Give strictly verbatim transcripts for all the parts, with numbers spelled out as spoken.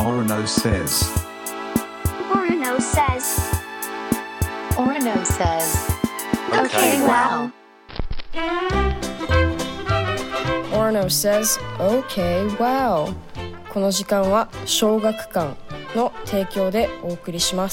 Orono says. Orono says. Orono says. Okay, wow. Orono says, Okay, wow. この時間は小学館の提供でお送りします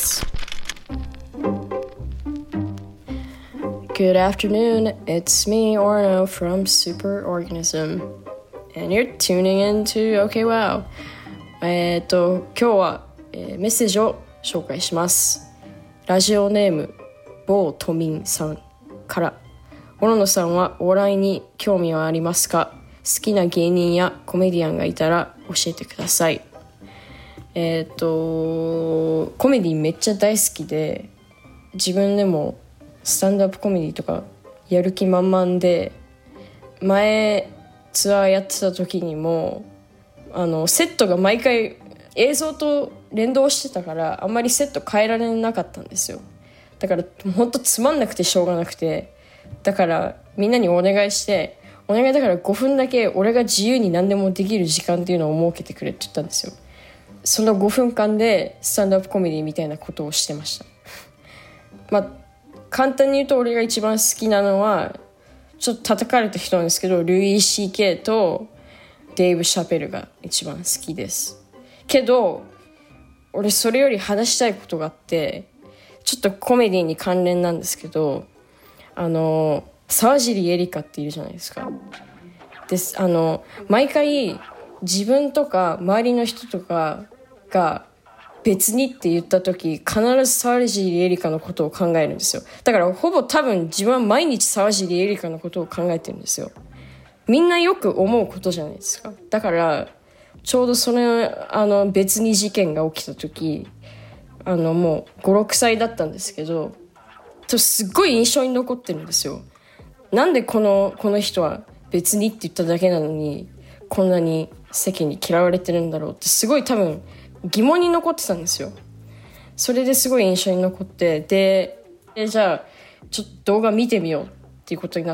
。Good afternoon, it's me, Orono from Superorganism. And you're tuning into OK Wow. えっと、今日は、えー、メッセージを紹介します。ラジオネーム、某都民さんから。Oronoさんはお笑いに興味はありますか？好きな芸人やコメディアンがいたら教えてください。えっと、コメディめっちゃ大好きで、自分でもスタンドアップコメディとかやる気満々で、前ツアーやってた時にもあのセットが毎回映像と連動してたからあんまりセット変えられなかったんですよ。だからほんとつまんなくてしょうがなくて、だからみんなにお願いしてお願いだからごふんだけ俺が自由に何でもできる時間っていうのを設けてくれって言ったんですよ。そのごふんかんでスタンドアップコメディみたいなことをしてました。まあ簡単に言うと俺が一番好きなのはちょっと叩かれた人なんですけど、ルイー・シーケー とデイブ・シャペルが一番好きです。けど俺それより話したいことがあって、ちょっとコメディに関連なんですけど、あの沢尻エリカっているじゃないですか。です。あの毎回自分とか周りの人とかが別にって言った時、必ず沢尻エリカのことを考えるんですよ。だからほぼ多分自分は毎日沢尻エリカのことを考えてるんですよ。みんなよく思うことじゃないですか。だからちょうどそのあの別に事件が起きた時、あのもうご、ろくさいだったんですけど、すっごい印象に残ってるんですよ。なんでこのこの人は別にって言っただけなのにこんなに世間に嫌われてるんだろうってすごい多分疑問に残ってたんですよ。それですごい印象に残って、で、でじゃあちょっと動画見てみようっていうことになって、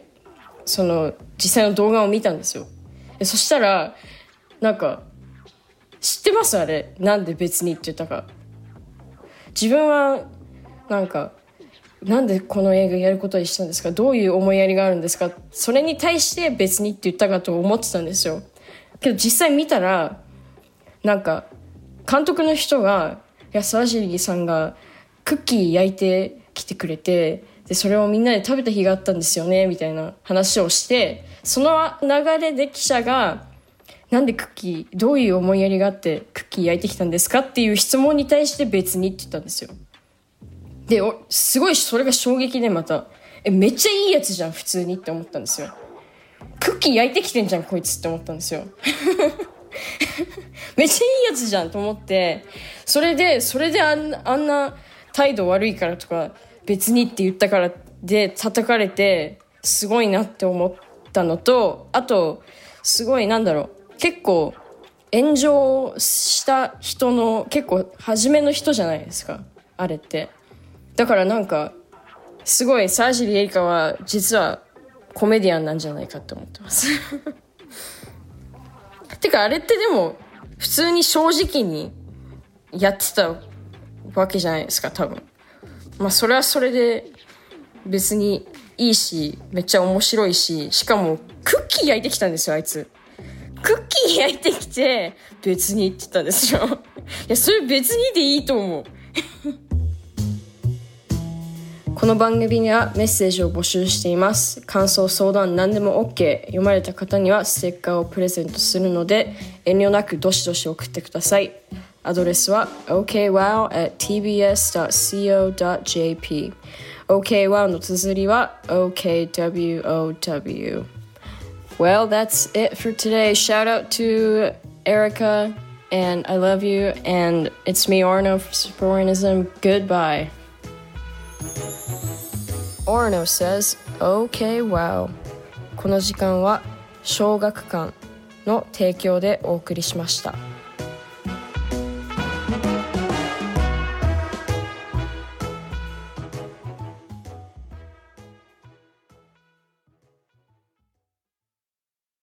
その実際の動画を見たんですよ。でそしたらなんか知ってます？あれなんで別にって言ったか。自分はなんかなんでこの映画やることにしたんですか、どういう思いやりがあるんですか、それに対して別にって言ったかと思ってたんですよ。けど実際見たらなんか監督の人が、いや沢尻さんがクッキー焼いてきてくれて、でそれをみんなで食べた日があったんですよねみたいな話をして、その流れで記者がなんでクッキーどういう思いやりがあってクッキー焼いてきたんですかっていう質問に対して別にって言ったんですよ。ですごいそれが衝撃で、またえめっちゃいいやつじゃん普通にって思ったんですよ。クッキー焼いてきてんじゃんこいつって思ったんですよめっちゃいいやつじゃんと思って、それでそれであんな、あんな態度悪いからとか別にって言ったからで叩かれてすごいなって思ったのと、あとすごいなんだろう、結構炎上した人の結構初めの人じゃないですかあれって。だからなんかすごい沢尻エリカは実はコメディアンなんじゃないかって思ってますてかあれってでも普通に正直にやってたわけじゃないですか多分。まあそれはそれで別にいいしめっちゃ面白いし、しかもクッキー焼いてきたんですよあいつ。クッキー焼いてきて別にって言ったんですよいやそれ別にでいいと思うこの番組にはメッセージを募集しています。感想、相談、何でも OK。 読まれた方にはステッカーをプレゼントするので遠慮なくどしどし送ってください。アドレスは オーケーワウ アット ティービーエス ドット シーオー ドット ジェーピー。 オーケーワウ の綴りは オーケーダブリューオーダブリュー。 Well, that's it for today. Shout out to Erica and I love you, and it's me, Orono from Superorganism. Goodbye. Orono says, Okay, wow. この時間は小学館の提供でお送りしました。